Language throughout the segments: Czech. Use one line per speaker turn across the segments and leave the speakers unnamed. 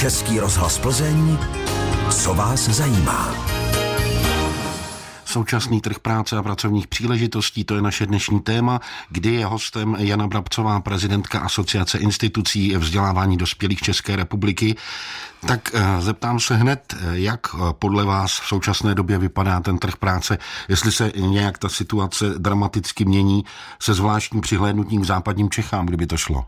Český rozhlas Plzeň, co vás zajímá.
Současný trh práce a pracovních příležitostí, to je naše dnešní téma, kdy je hostem Jana Brabcová, prezidentka Asociace institucí vzdělávání dospělých České republiky. Tak zeptám se hned, jak podle vás v současné době vypadá ten trh práce, jestli se nějak ta situace dramaticky mění se zvláštním přihlédnutím k západním Čechám, kdyby to šlo?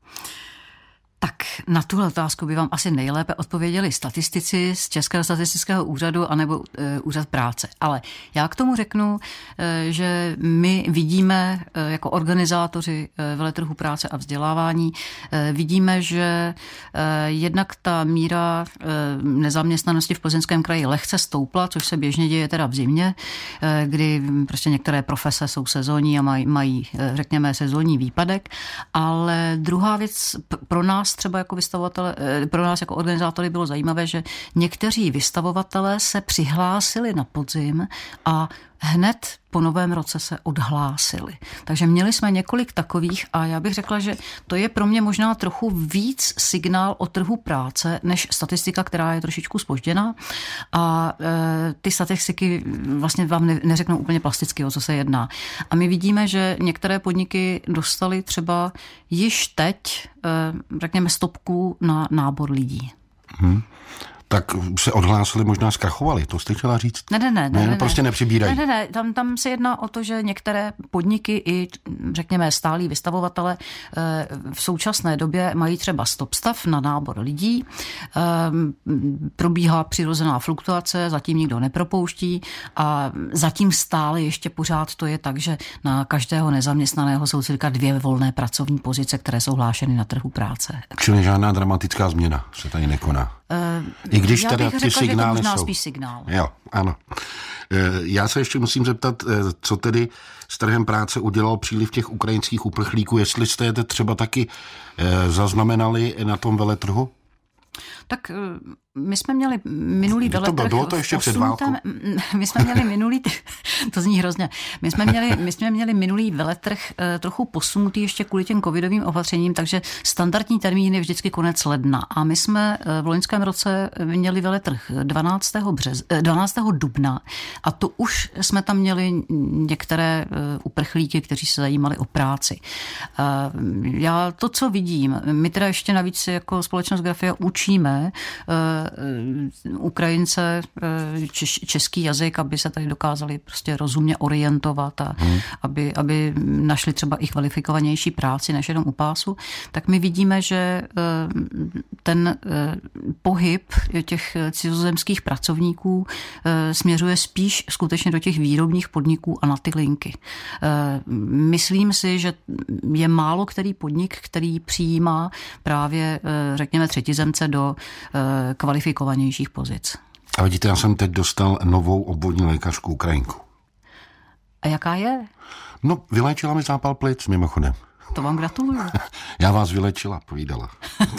Tak na tuhle otázku by vám asi nejlépe odpověděli statistici z Českého statistického úřadu anebo úřad práce. Ale já k tomu řeknu, že my vidíme jako organizátoři veletrhu práce a vzdělávání, vidíme, že jednak ta míra nezaměstnanosti v Plzeňském kraji lehce stoupla, což se běžně děje teda v zimě, kdy prostě některé profese jsou sezónní a mají řekněme, sezónní výpadek. Ale druhá věc pro nás třeba jako vystavovatele, pro nás jako organizátory bylo zajímavé, že někteří vystavovatelé se přihlásili na podzim a hned po novém roce se odhlásili. Takže měli jsme několik takových a já bych řekla, že to je pro mě možná trochu víc signál o trhu práce, než statistika, která je trošičku zpožděná. A ty statistiky vlastně vám neřeknou úplně plasticky, o co se jedná. A my vidíme, že některé podniky dostaly třeba již teď, řekněme, stopku na nábor lidí.
Tak se odhlásili, možná zkrachovali, to jste chtěla říct? Ne, prostě nepřibírají.
Ne, tam se jedná o to, že některé podniky i, řekněme, stálí vystavovatele v současné době mají třeba stop-stav na nábor lidí, probíhá přirozená fluktuace, zatím nikdo nepropouští a zatím stále ještě pořád to je tak, že na každého nezaměstnaného jsou cirka 2 volné pracovní pozice, které jsou hlášeny na trhu práce.
Čili žádná dramatická změna se tady nekoná. I když
já
teda
bych
ty
řekla,
signály
že to možná
jsou.
Spíš signál.
Jo, ano. Já se ještě musím zeptat, co tedy s trhem práce udělal příliv těch ukrajinských uprchlíků, jestli jste je třeba taky zaznamenali na tom veletrhu?
Tak my jsme měli minulý veletrh.
Bylo to ještě před válkou?
My jsme měli minulý, to zní hrozně, my jsme měli minulý veletrh trochu posunutý ještě kvůli těm covidovým opatřením, takže standardní termín je vždycky konec ledna. A my jsme v loňském roce měli veletrh 12. dubna a to už jsme tam měli některé uprchlíky, kteří se zajímali o práci. Já to, co vidím, my teda ještě navíc jako společnost Grafia učíme Ukrajince český jazyk, aby se tady dokázali prostě rozumně orientovat a aby našli třeba i kvalifikovanější práci než jenom u pásu, tak my vidíme, že ten pohyb těch cizozemských pracovníků směřuje spíš skutečně do těch výrobních podniků a na ty linky. Myslím si, že je málo který podnik, který přijímá právě, řekněme, třetizemce do kvalifikovanějších pozic.
A vidíte, já jsem teď dostal novou obvodní lékařku Ukrajinku.
A jaká je?
No, vyléčila mi zápal plic, mimochodem.
To vám gratuluju.
Já vás vylečila, povídala.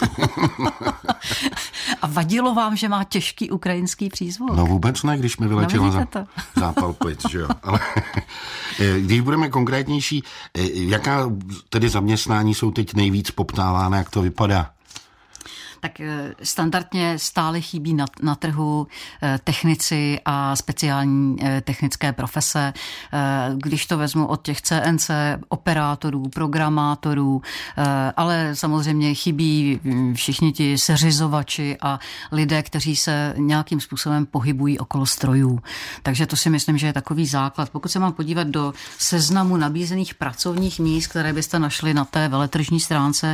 A vadilo vám, že má těžký ukrajinský přízvuk?
No vůbec ne, když mi vylečila zápal plic, že jo. Ale když budeme konkrétnější, jaká tedy zaměstnání jsou teď nejvíc poptávána, jak to vypadá?
Tak standardně stále chybí na trhu technici a speciální technické profese. Když to vezmu od těch CNC, operátorů, programátorů, ale samozřejmě chybí všichni ti seřizovači a lidé, kteří se nějakým způsobem pohybují okolo strojů. Takže to si myslím, že je takový základ. Pokud se mám podívat do seznamu nabízených pracovních míst, které byste našli na té veletržní stránce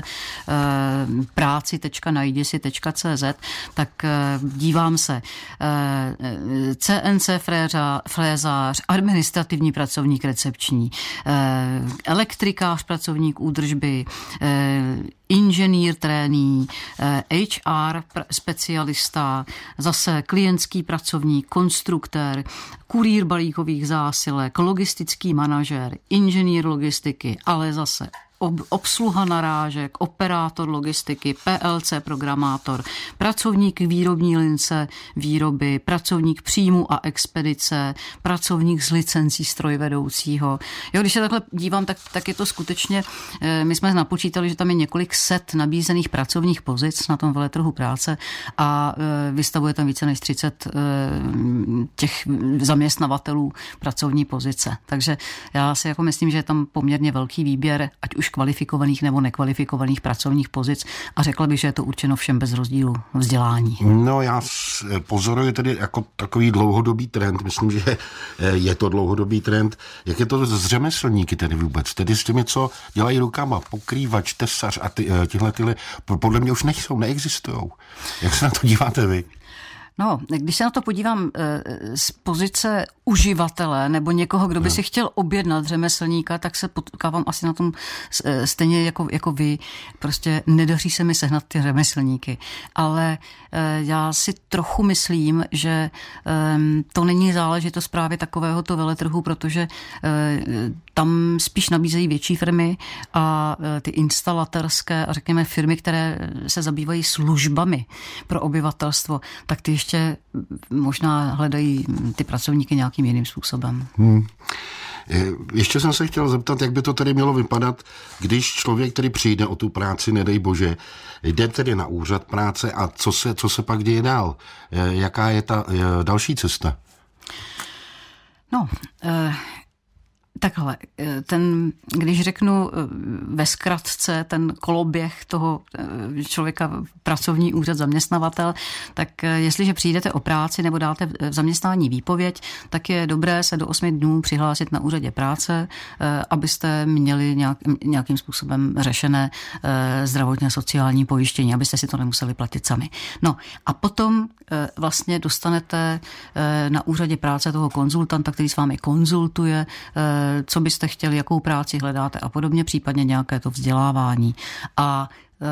práci.najdisi.cz, tak dívám se. CNC frézář, administrativní pracovník recepční, elektrikář pracovník údržby, inženýr trénink, HR specialista, zase klientský pracovník, konstruktér, kurýr balíkových zásilek, logistický manažer, inženýr logistiky, ale zase obsluha narážek, operátor logistiky, PLC programátor, pracovník výrobní lince výroby, pracovník příjmu a expedice, pracovník s licencí strojvedoucího. Jo, když se takhle dívám, tak je to skutečně, my jsme napočítali, že tam je několik set nabízených pracovních pozic na tom veletrhu práce a vystavuje tam více než 30 těch zaměstnavatelů pracovní pozice. Takže já si jako myslím, že je tam poměrně velký výběr, ať už kvalifikovaných nebo nekvalifikovaných pracovních pozic a řekla bych, že je to určeno všem bez rozdílu vzdělání.
No já pozoruji tedy jako takový dlouhodobý trend, myslím, že je to dlouhodobý trend. Jak je to s řemeslníky tedy vůbec? Tedy s těmi, co dělají rukama, pokrývač, tesař a tyhle podle mě už neexistujou. Jak se na to díváte vy?
No, když se na to podívám z pozice uživatele nebo někoho, kdo by si chtěl objednat řemeslníka, tak se potkávám asi na tom stejně jako vy. Prostě nedaří se mi sehnat ty řemeslníky. Ale já si trochu myslím, že to není záležitost právě takovéhoto veletrhu, protože tam spíš nabízejí větší firmy a ty instalatérské a řekněme firmy, které se zabývají službami pro obyvatelstvo, tak ty ještě možná hledají ty pracovníky nějakým jiným způsobem.
Ještě jsem se chtěl zeptat, jak by to tady mělo vypadat, když člověk, který přijde o tu práci, nedej bože, jde tedy na úřad práce a co se pak děje dál? Jaká je ta další cesta?
No, takhle, když řeknu ve zkratce ten koloběh toho člověka, pracovní úřad, zaměstnavatel, tak jestliže přijdete o práci nebo dáte v zaměstnání výpověď, tak je dobré se do 8 dnů přihlásit na úřadě práce, abyste měli nějakým způsobem řešené zdravotně sociální pojištění, abyste si to nemuseli platit sami. No a potom vlastně dostanete na úřadě práce toho konzultanta, který s vámi konzultuje, co byste chtěli, jakou práci hledáte a podobně, případně nějaké to vzdělávání. A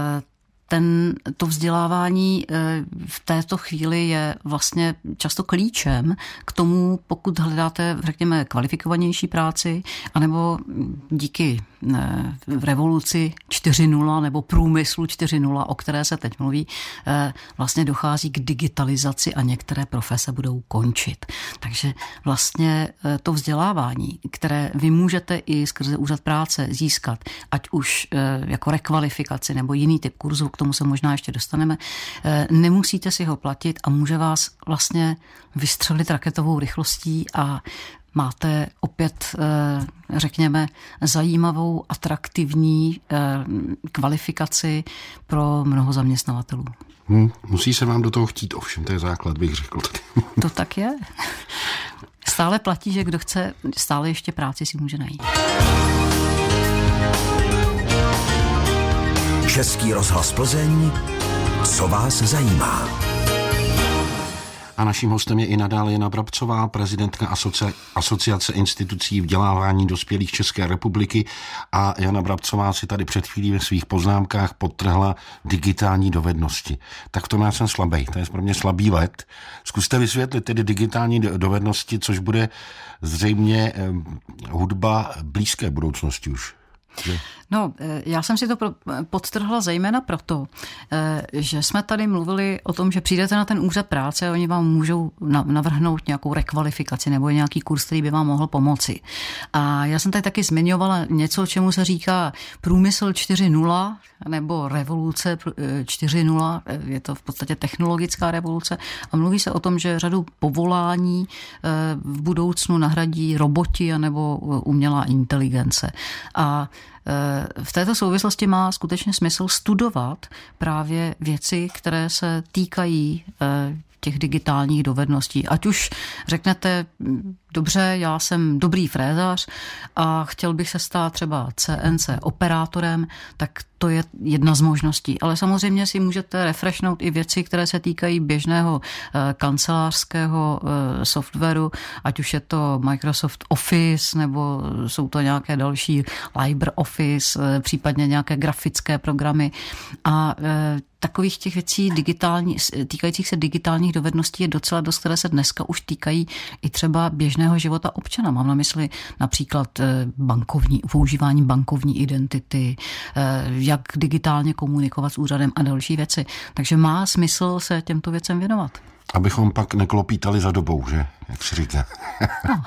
to vzdělávání v této chvíli je vlastně často klíčem k tomu, pokud hledáte, řekněme, kvalifikovanější práci, anebo díky revoluci 4.0 nebo průmyslu 4.0, o které se teď mluví, vlastně dochází k digitalizaci a některé profese budou končit. Takže vlastně to vzdělávání, které vy můžete i skrze úřad práce získat, ať už jako rekvalifikaci nebo jiný typ kurzu, k tomu se možná ještě dostaneme, nemusíte si ho platit a může vás vlastně vystřelit raketovou rychlostí a máte opět, řekněme, zajímavou, atraktivní kvalifikaci pro mnoho zaměstnavatelů.
Musí se vám do toho chtít, ovšem, to je základ, bych řekl.
To tak je. Stále platí, že kdo chce, stále ještě práci si může najít.
Český rozhlas Plzeň, co vás zajímá.
A naším hostem je i nadále Jana Brabcová, prezidentka Asociace institucí vzdělávání dospělých České republiky. A Jana Brabcová si tady před chvílí ve svých poznámkách podtrhla digitální dovednosti. Tak v tom já jsem slabý, to je pro mě slabý led. Zkuste vysvětlit tedy digitální dovednosti, což bude zřejmě hudba blízké budoucnosti už.
No, já jsem si to podtrhla zejména proto, že jsme tady mluvili o tom, že přijdete na ten úřad práce a oni vám můžou navrhnout nějakou rekvalifikaci nebo nějaký kurz, který by vám mohl pomoci. A já jsem tady taky zmiňovala něco, čemu se říká průmysl 4.0 nebo revoluce 4.0, je to v podstatě technologická revoluce a mluví se o tom, že řadu povolání v budoucnu nahradí roboti anebo umělá inteligence. A v této souvislosti má skutečně smysl studovat právě věci, které se týkají těch digitálních dovedností. Ať už řeknete, dobře, já jsem dobrý frézař a chtěl bych se stát třeba CNC operátorem, tak to je jedna z možností. Ale samozřejmě si můžete refreshnout i věci, které se týkají běžného kancelářského softwaru, ať už je to Microsoft Office, nebo jsou to nějaké další LibreOffice, případně nějaké grafické programy. A takových těch věcí týkajících se digitálních dovedností je docela dost, které se dneska už týkají i třeba běžného běžného života občana. Mám na mysli například používání bankovní identity, jak digitálně komunikovat s úřadem a další věci. Takže má smysl se těmto věcem věnovat.
Abychom pak neklopítali za dobou, že? Jak se říká.
No.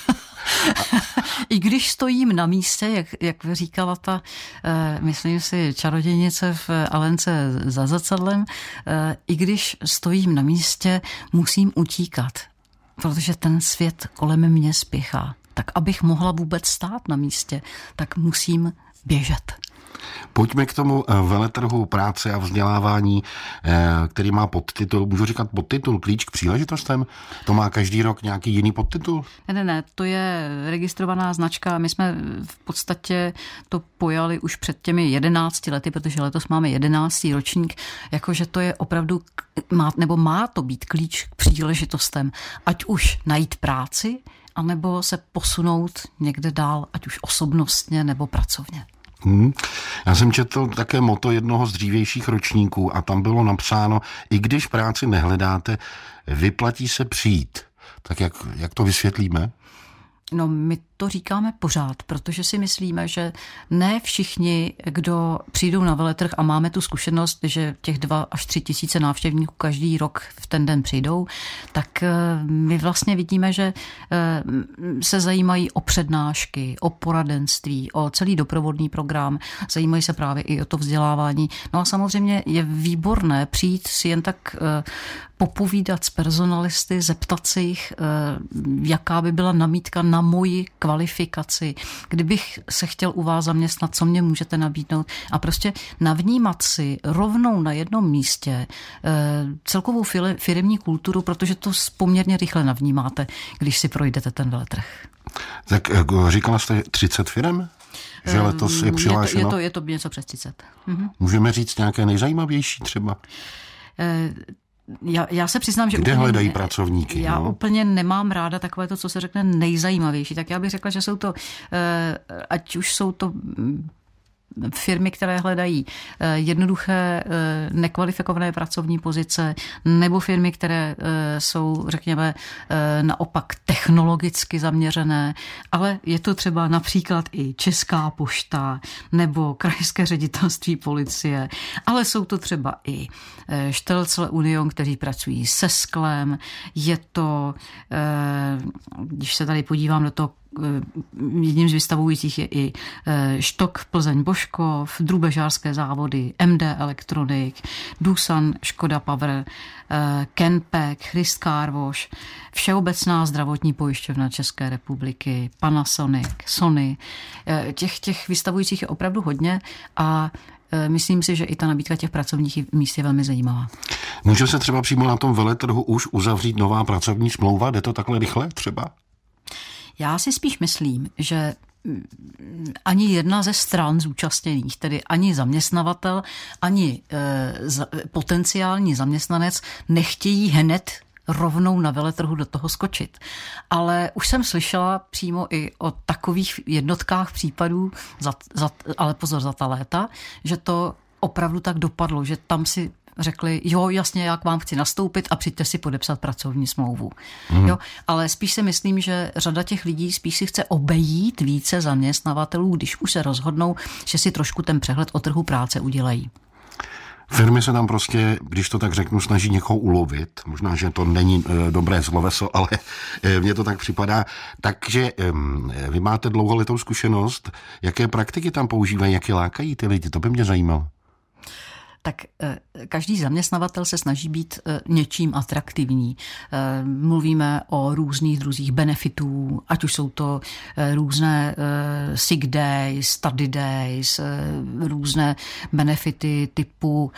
I když stojím na místě, jak říkala ta, myslím si, čarodějnice v Alence za zrcadlem, i když stojím na místě, musím utíkat, protože ten svět kolem mě spěchá. Tak abych mohla vůbec stát na místě, tak musím běžet.
Pojďme k tomu veletrhu práce a vzdělávání, který má podtitul, můžu říkat podtitul, Klíč k příležitostem? To má každý rok nějaký jiný podtitul?
Ne, to je registrovaná značka. My jsme v podstatě to pojali už před těmi 11 lety, protože letos máme 11. ročník, jakože to je opravdu, má to být klíč k příležitostem, ať už najít práci, anebo se posunout někde dál, ať už osobnostně nebo pracovně.
Já jsem četl také motto jednoho z dřívějších ročníků a tam bylo napsáno, i když práci nehledáte, vyplatí se přijít. Tak jak to vysvětlíme?
No, my to říkáme pořád, protože si myslíme, že ne všichni, kdo přijdou na veletrh a máme tu zkušenost, že těch 2 až 3 tisíce návštěvníků každý rok v ten den přijdou, tak my vlastně vidíme, že se zajímají o přednášky, o poradenství, o celý doprovodný program, zajímají se právě i o to vzdělávání. No a samozřejmě je výborné přijít si jen tak popovídat s personalisty, zeptat se jich, jaká by byla namítka na moji kvalifikaci, kdybych se chtěl u vás zaměstnat, co mě můžete nabídnout a prostě navnímat si rovnou na jednom místě celkovou firemní kulturu, protože to poměrně rychle navnímáte, když si projdete ten veletrh.
Tak říkala jste 30 firem? Že letos je přihlášeno?
Je to něco přes 30.
Můžeme říct nějaké nejzajímavější třeba?
Já se přiznám, že
kde hledají pracovníky?
Já úplně nemám ráda takové to, co se řekne nejzajímavější. Tak já bych řekla, že jsou to, ať už jsou to firmy, které hledají jednoduché, nekvalifikované pracovní pozice, nebo firmy, které jsou, řekněme, naopak technologicky zaměřené, ale je to třeba například i Česká pošta nebo Krajské ředitelství policie, ale jsou to třeba i Štelcle Union, kteří pracují se sklem, je to, když se tady podívám do toho, jedním z vystavujících je i Štok Plzeň Božkov, Drubežářské závody, MD Electronic, Doosan Škoda Power, Kenpack, Christ Car Wash, Všeobecná zdravotní pojišťovna České republiky, Panasonic, Sony. Těch vystavujících je opravdu hodně a myslím si, že i ta nabídka těch pracovních míst je velmi zajímavá.
Může se třeba přímo na tom veletrhu už uzavřít nová pracovní smlouva? Jde to takhle rychle třeba?
Já si spíš myslím, že ani jedna ze stran zúčastněných, tedy ani zaměstnavatel, ani potenciální zaměstnanec nechtějí hned rovnou na veletrhu do toho skočit. Ale už jsem slyšela přímo i o takových jednotkách případů, ale pozor, za ta léta, že to opravdu tak dopadlo, že tam si řekli, jo, jasně, já k vám chci nastoupit a přijďte si podepsat pracovní smlouvu. Jo, ale spíš si myslím, že řada těch lidí spíš si chce obejít více zaměstnavatelů, když už se rozhodnou, že si trošku ten přehled o trhu práce udělají.
Firmy se tam prostě, když to tak řeknu, snaží někoho ulovit. Možná, že to není dobré sloveso, ale mně to tak připadá. Takže vy máte dlouholetou zkušenost. Jaké praktiky tam používají, jaké lákají ty lidi? To by mě zajímalo.
Tak každý zaměstnavatel se snaží být něčím atraktivní. Mluvíme o různých druzích benefitů, ať už jsou to různé sick days, study days, různé benefity typu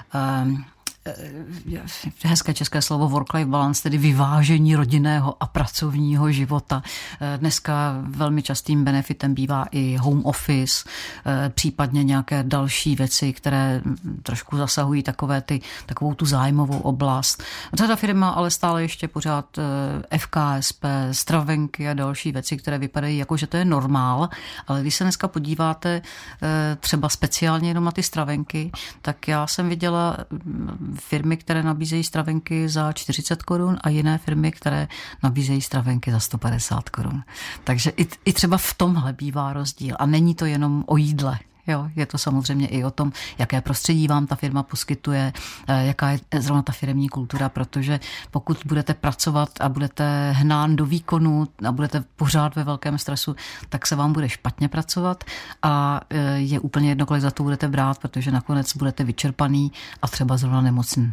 hezké české slovo work-life balance, tedy vyvážení rodinného a pracovního života. Dneska velmi častým benefitem bývá i home office, případně nějaké další věci, které trošku zasahují takovou tu zájmovou oblast. Řada firm má ale stále ještě pořád FKSP, stravenky a další věci, které vypadají jako, že to je normál, ale když se dneska podíváte třeba speciálně jenom na ty stravenky, tak já jsem viděla firmy, které nabízejí stravenky za 40 korun a jiné firmy, které nabízejí stravenky za 150 korun. Takže i třeba v tomhle bývá rozdíl. A není to jenom o jídle. Jo, je to samozřejmě i o tom, jaké prostředí vám ta firma poskytuje, jaká je zrovna ta firemní kultura, protože pokud budete pracovat a budete hnán do výkonu a budete pořád ve velkém stresu, tak se vám bude špatně pracovat a je úplně jedno, kolik za to budete brát, protože nakonec budete vyčerpaný a třeba zrovna nemocný.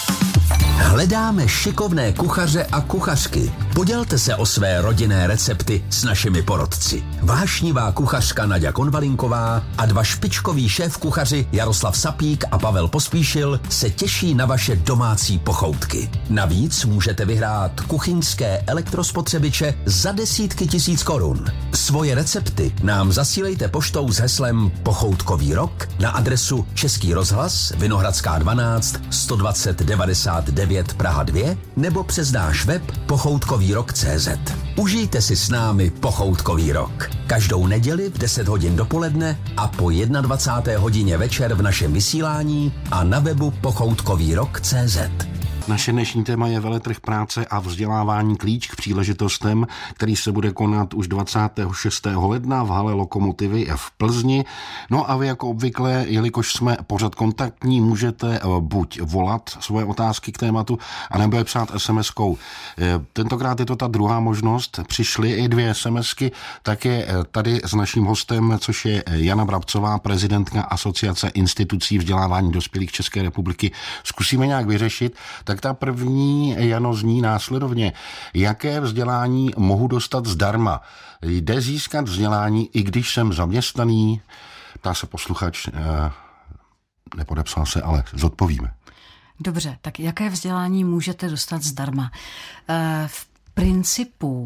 Hledáme šikovné kuchaře a kuchařky. Podělte se o své rodinné recepty s našimi porodci. Vášnivá kuchařka Naďa Konvalinková a 2 špičkoví šéf kuchaři Jaroslav Sapík a Pavel Pospíšil se těší na vaše domácí pochoutky. Navíc můžete vyhrát kuchyňské elektrospotřebiče za desítky tisíc korun. Svoje recepty nám zasílejte poštou s heslem Pochoutkový rok na adresu Český rozhlas, Vinohradská 12 120 99 Praha 2 nebo přes náš web pochoutkovýrok.cz. Užijte si s námi Pochoutkový rok. Každou neděli v 10 hodin dopoledne a po 21. hodině večer v našem vysílání a na webu pochoutkovýrok.cz.
Naše dnešní téma je veletrh práce a vzdělávání klíč k příležitostem, který se bude konat už 26. ledna v hale Lokomotivy v Plzni. No a vy jako obvykle, jelikož jsme pořad kontaktní, můžete buď volat svoje otázky k tématu, anebo je psát SMS-kou. Tentokrát je to ta druhá možnost. Přišly i 2 SMSky, tak je tady s naším hostem, což je Jana Brabcová, prezidentka Asociace institucí vzdělávání dospělých České republiky. Zkusíme nějak vyřešit. Tak ta první, Jano, zní následovně. Jaké vzdělání mohu dostat zdarma? Jde získat vzdělání, i když jsem zaměstnaný? Ptá se posluchač, nepodepsal se, ale zodpovíme.
Dobře, tak jaké vzdělání můžete dostat zdarma? V principu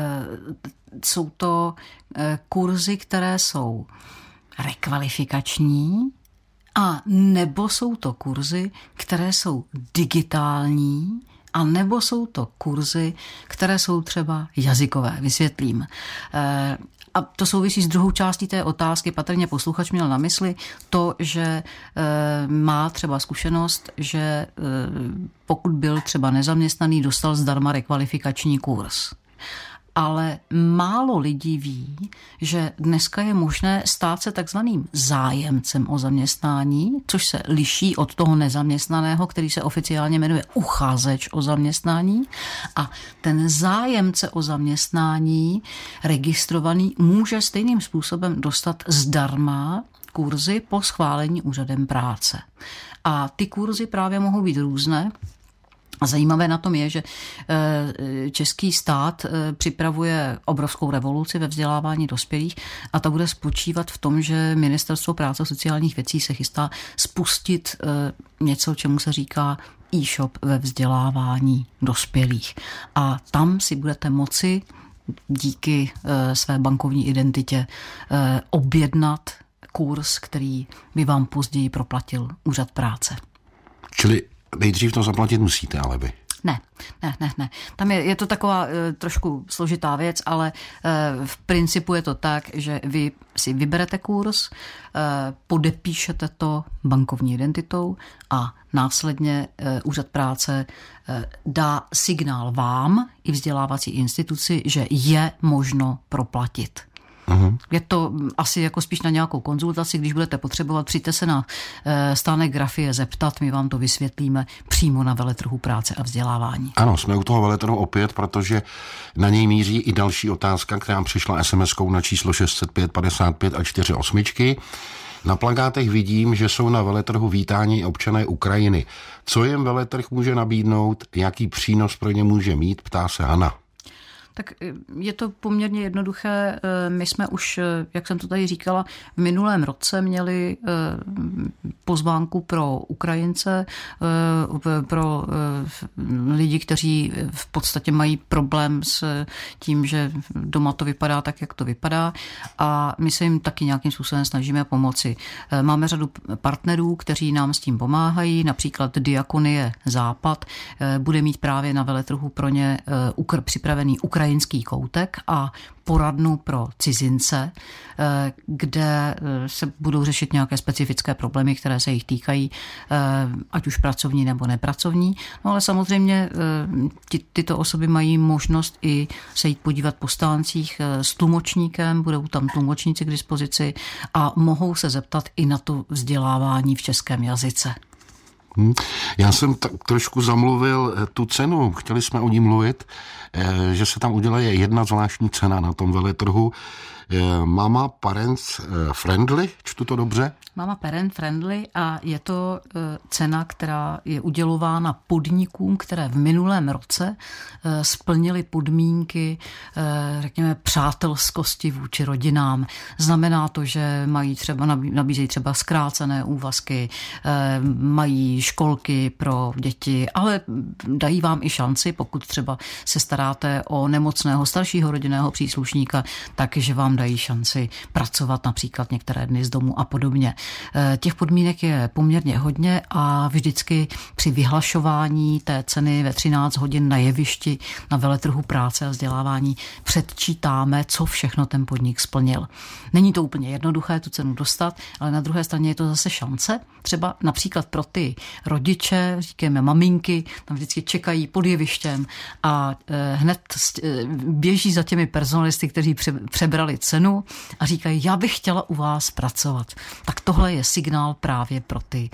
jsou to kurzy, které jsou rekvalifikační, a nebo jsou to kurzy, které jsou digitální, a nebo jsou to kurzy, které jsou třeba jazykové. Vysvětlím. A to souvisí s druhou částí té otázky. Patrně posluchač měl na mysli to, že má třeba zkušenost, že pokud byl třeba nezaměstnaný, dostal zdarma rekvalifikační kurz. Ale málo lidí ví, že dneska je možné stát se takzvaným zájemcem o zaměstnání, což se liší od toho nezaměstnaného, který se oficiálně jmenuje uchazeč o zaměstnání. A ten zájemce o zaměstnání registrovaný může stejným způsobem dostat zdarma kurzy po schválení úřadem práce. A ty kurzy právě mohou být různé. A zajímavé na tom je, že český stát připravuje obrovskou revoluci ve vzdělávání dospělých a ta bude spočívat v tom, že Ministerstvo práce a sociálních věcí se chystá spustit něco, čemu se říká e-shop ve vzdělávání dospělých. A tam si budete moci díky své bankovní identitě objednat kurz, který by vám později proplatil úřad práce.
Čili nejdřív to zaplatit musíte, ale vy.
Ne. Tam je to taková trošku složitá věc, ale v principu je to tak, že vy si vyberete kurz, podepíšete to bankovní identitou a následně úřad práce dá signál vám i vzdělávací instituci, že je možno proplatit. Uhum. Je to asi jako spíš na nějakou konzultaci, když budete potřebovat, přijďte se na stánek Grafie zeptat, my vám to vysvětlíme přímo na veletrhu práce a vzdělávání.
Ano, jsme u toho veletrhu opět, protože na něj míří i další otázka, která přišla SMS-kou na číslo 605 55 a 48. Na plakátech vidím, že jsou na veletrhu vítáni občané Ukrajiny. Co jim veletrh může nabídnout, jaký přínos pro ně může mít, ptá se Hana.
Tak je to poměrně jednoduché. My jsme už, jak jsem to tady říkala, v minulém roce měli pozvánku pro Ukrajince, pro lidi, kteří v podstatě mají problém s tím, že doma to vypadá tak, jak to vypadá a my se jim taky nějakým způsobem snažíme pomoci. Máme řadu partnerů, kteří nám s tím pomáhají, například Diakonie Západ bude mít právě na veletrhu pro ně připravený ukrajinský ukrajinský koutek a poradnu pro cizince, kde se budou řešit nějaké specifické problémy, které se jich týkají, ať už pracovní nebo nepracovní. No ale samozřejmě tyto osoby mají možnost i se jít podívat po stáncích s tlumočníkem, budou tam tlumočníci k dispozici a mohou se zeptat i na to vzdělávání v českém jazyce.
Já jsem trošku zamluvil tu cenu, chtěli jsme o ní mluvit, že se tam udělá jedna zvláštní cena na tom veletrhu. Mama Parents Friendly, čtu to dobře?
Mama Parent Friendly a je to cena, která je udělována podnikům, které v minulém roce splnily podmínky, řekněme, přátelskosti vůči rodinám. Znamená to, že mají třeba, nabízejí třeba zkrácené úvazky, mají školky pro děti, ale dají vám i šanci, pokud třeba se staráte o nemocného staršího rodinného příslušníka, takže vám dají šanci pracovat například některé dny z domu a podobně. Těch podmínek je poměrně hodně a vždycky při vyhlašování té ceny ve 13 hodin na jevišti na veletrhu práce a vzdělávání předčítáme, co všechno ten podnik splnil. Není to úplně jednoduché tu cenu dostat, ale na druhé straně je to zase šance. Třeba například pro ty rodiče, říkáme maminky, tam vždycky čekají pod jevištěm a hned běží za těmi personalisty, kteří přebrali cenu a říkají, já bych chtěla u vás pracovat. Tak tohle je signál právě pro ty,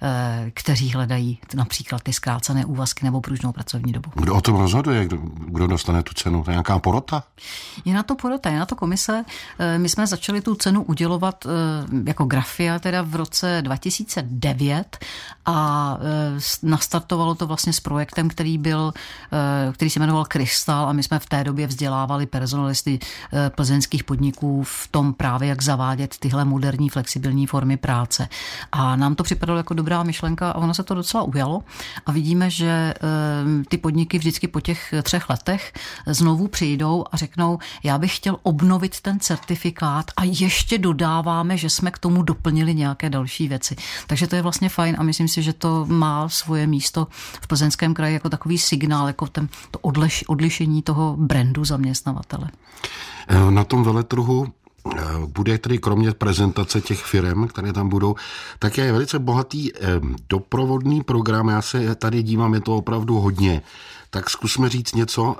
kteří hledají například ty zkrácené úvazky nebo pružnou pracovní dobu.
Kdo o tom rozhoduje? Kdo dostane tu cenu? To je nějaká porota?
Je na to porota, je na to komise. My jsme začali tu cenu udělovat jako Grafia teda v roce 2009 a nastartovalo to vlastně s projektem, který se jmenoval Krystal a my jsme v té době vzdělávali personalisty plzeňských podniků v tom právě, jak zavádět tyhle moderní flexibilní formy práce. A nám to připadalo jako dobrá myšlenka a ono se to docela ujalo a vidíme, že ty podniky vždycky po těch 3 letech znovu přijdou a řeknou, já bych chtěl obnovit ten certifikát a ještě dodáváme, že jsme k tomu doplnili nějaké další věci. Takže to je vlastně fajn a myslím si, že to má svoje místo v Plzeňském kraji jako takový signál, jako to odlišení toho brandu zaměstnavatele.
Na tom veletrhu bude tedy kromě prezentace těch firem, které tam budou, tak je velice bohatý doprovodný program. Já se tady dívám, je to opravdu hodně. Tak zkusme říct něco,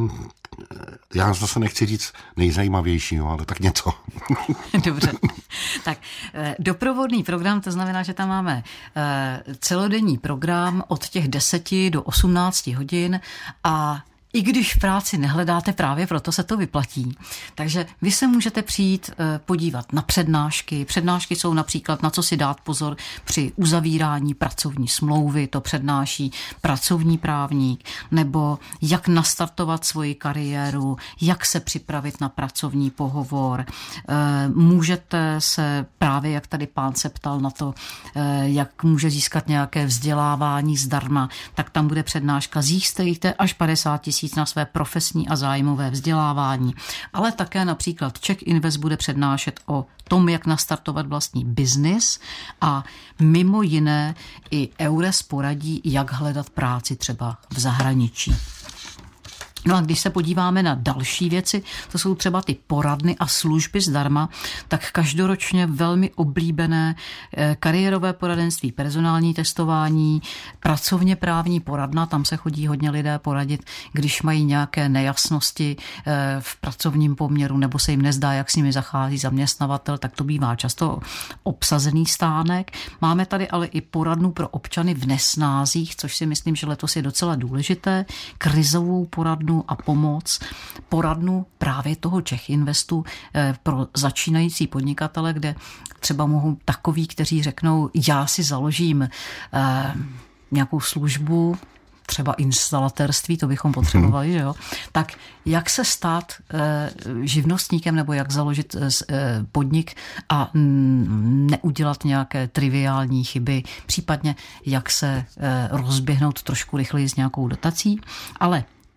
já zase nechci říct nejzajímavějšího, ale tak něco.
Dobře. Tak doprovodný program, to znamená, že tam máme celodenní program od těch 10 do 18 hodin a i když v práci nehledáte, právě proto se to vyplatí. Takže vy se můžete přijít podívat na přednášky. Přednášky jsou například na co si dát pozor při uzavírání pracovní smlouvy, to přednáší pracovní právník, nebo jak nastartovat svoji kariéru, jak se připravit na pracovní pohovor. Můžete se právě, jak tady pán se ptal na to, jak může získat nějaké vzdělávání zdarma, tak tam bude přednáška. Získejte až 50 000 na své profesní a zájmové vzdělávání. Ale také například Czech Invest bude přednášet o tom, jak nastartovat vlastní biznis a mimo jiné i EURES poradí, jak hledat práci třeba v zahraničí. No a když se podíváme na další věci, to jsou třeba ty poradny a služby zdarma, tak každoročně velmi oblíbené kariérové poradenství, personální testování, pracovně právní poradna, tam se chodí hodně lidé poradit, když mají nějaké nejasnosti v pracovním poměru nebo se jim nezdá, jak s nimi zachází zaměstnavatel, tak to bývá často obsazený stánek. Máme tady ale i poradnu pro občany v nesnázích, což si myslím, že letos je docela důležité, krizovou poradnu a pomoc, poradnu právě toho Czech Investu pro začínající podnikatele, kde třeba mohou takoví, kteří řeknou, já si založím nějakou službu, třeba instalatérství, to bychom potřebovali, že jo? Tak jak se stát živnostníkem nebo jak založit podnik a neudělat nějaké triviální chyby, případně jak se rozběhnout trošku rychleji s nějakou dotací, ale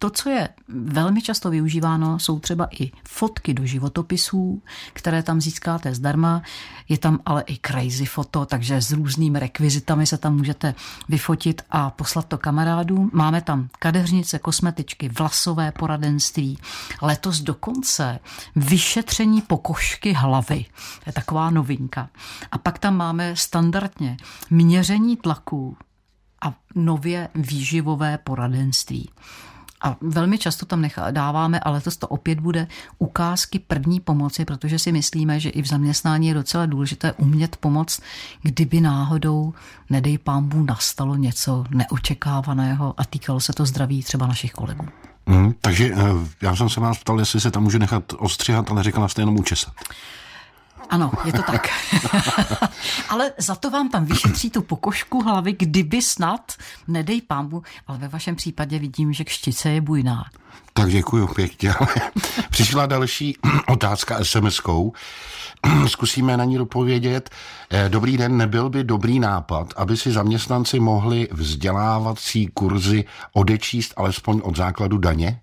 To, co je velmi často využíváno, jsou třeba i fotky do životopisů, které tam získáte zdarma. Je tam ale i crazy foto, takže s různými rekvizitami se tam můžete vyfotit a poslat to kamarádům. Máme tam kadeřnice, kosmetičky, vlasové poradenství. Letos dokonce vyšetření pokožky hlavy. To je taková novinka. A pak tam máme standardně měření tlaku a nově výživové poradenství. A velmi často tam dáváme, ale letos to opět bude ukázky první pomoci, protože si myslíme, že i v zaměstnání je docela důležité umět pomoct, kdyby náhodou, nedej pánbůh, nastalo něco neočekávaného a týkalo se to zdraví třeba našich kolegů.
Takže já jsem se vás ptal, jestli se tam může nechat ostřihat, ale říkala jste jenom učesat.
Ano, je to tak. Ale za to vám tam vyšetří tu pokožku hlavy, kdyby snad, nedej pánbůh, ale ve vašem případě vidím, že kštice je bujná.
Tak děkuju pěkně. Přišla další otázka SMS-kou. Zkusíme na ní dopovědět. Dobrý den, nebyl by dobrý nápad, aby si zaměstnanci mohli vzdělávací kurzy odečíst alespoň od základu daně?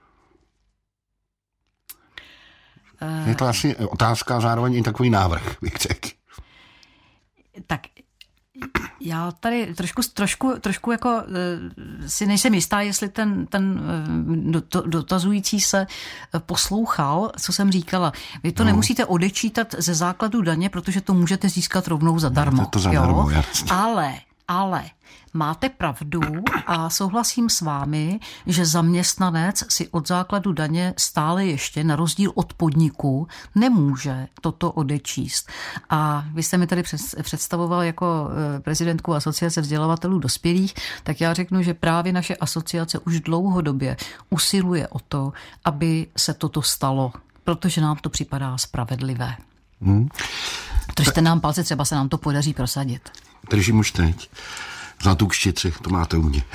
Je to asi otázka, zároveň i takový návrh, bych řekl.
Tak já tady trošku jako si nejsem jistá, jestli ten dotazující se poslouchal, co jsem říkala. Vy to nemusíte odečítat ze základu daně, protože to můžete získat rovnou zadarmo.
To zadarmo, jasně.
Ale máte pravdu a souhlasím s vámi, že zaměstnanec si od základu daně stále ještě, na rozdíl od podniku, nemůže toto odečíst. A vy jste mi tady představoval jako prezidentku Asociace vzdělavatelů dospělých, tak já řeknu, že právě naše asociace už dlouhodobě usiluje o to, aby se toto stalo, protože nám to připadá spravedlivé. Držte nám palce, třeba se nám to podaří prosadit.
Držím už teď. Za tu kštici, to máte u mě.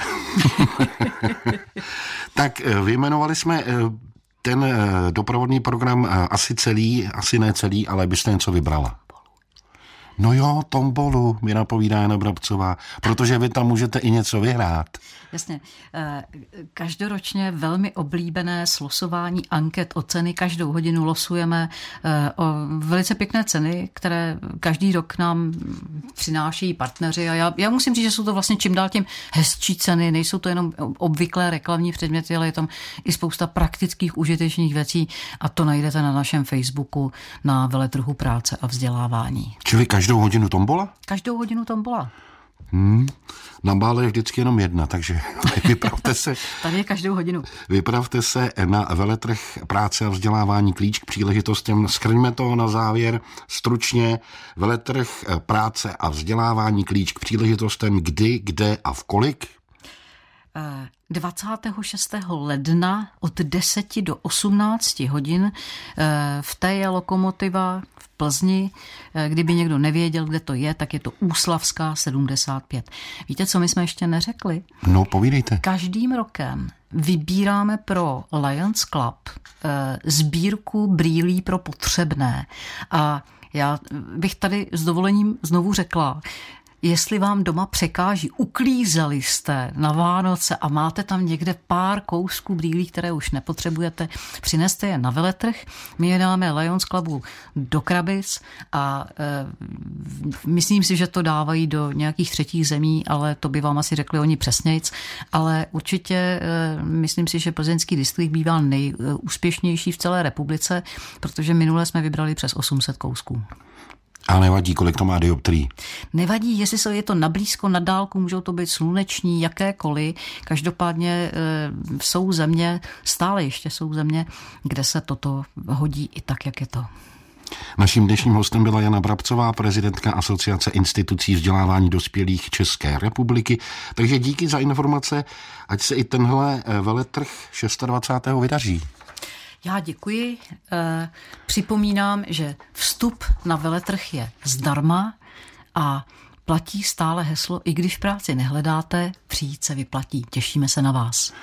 Tak vyjmenovali jsme ten doprovodný program asi celý, asi ne celý, ale byste něco vybrala. No jo, tombolu, mi napovídá Jana Brabcová, protože vy tam můžete i něco vyhrát.
Jasně. Každoročně velmi oblíbené slosování anket o ceny. Každou hodinu losujeme o velice pěkné ceny, které každý rok nám přináší partneři. A já musím říct, že jsou to vlastně čím dál tím hezčí ceny. Nejsou to jenom obvyklé reklamní předměty, ale je tam i spousta praktických užitečných věcí a to najdete na našem Facebooku na veletrhu práce a vzdělávání.
Čili každou hodinu tombola?
Každou hodinu tombola.
Na bále je vždycky jenom jedna, takže vypravte se.
Tady je každou hodinu.
Vypravte se na veletrh práce a vzdělávání klíč k příležitostem. Shrňme to na závěr stručně. Veletrh práce a vzdělávání klíč k příležitostem kdy, kde a v kolik?
26. ledna od 10 do 18 hodin v té je Lokomotiva v Plzni. Kdyby někdo nevěděl, kde to je, tak je to Úslavská 75. Víte, co my jsme ještě neřekli?
No, povídejte.
Každým rokem vybíráme pro Lions Club sbírku brýlí pro potřebné. A já bych tady s dovolením znovu řekla, jestli vám doma překáží, uklízeli jste na Vánoce a máte tam někde pár kousků brýlí, které už nepotřebujete, přineste je na veletrh, my je dáme Lions Clubu do krabic a myslím si, že to dávají do nějakých třetích zemí, ale to by vám asi řekli oni přesnějc, ale určitě myslím si, že plzeňský distrikt bývá nejúspěšnější v celé republice, protože minule jsme vybrali přes 800 kousků.
A nevadí, kolik to má dioptrií?
Nevadí, jestli je to na blízko, na dálku, můžou to být sluneční, jakékoliv. Každopádně jsou země, stále ještě jsou země, kde se toto hodí i tak, jak je to.
Naším dnešním hostem byla Jana Brabcová, prezidentka Asociace institucí vzdělávání dospělých České republiky. Takže díky za informace, ať se i tenhle veletrh 26. vydaří.
Já děkuji. Připomínám, že vstup na veletrh je zdarma a platí stále heslo, i když práci nehledáte, přijít se vyplatí. Těšíme se na vás.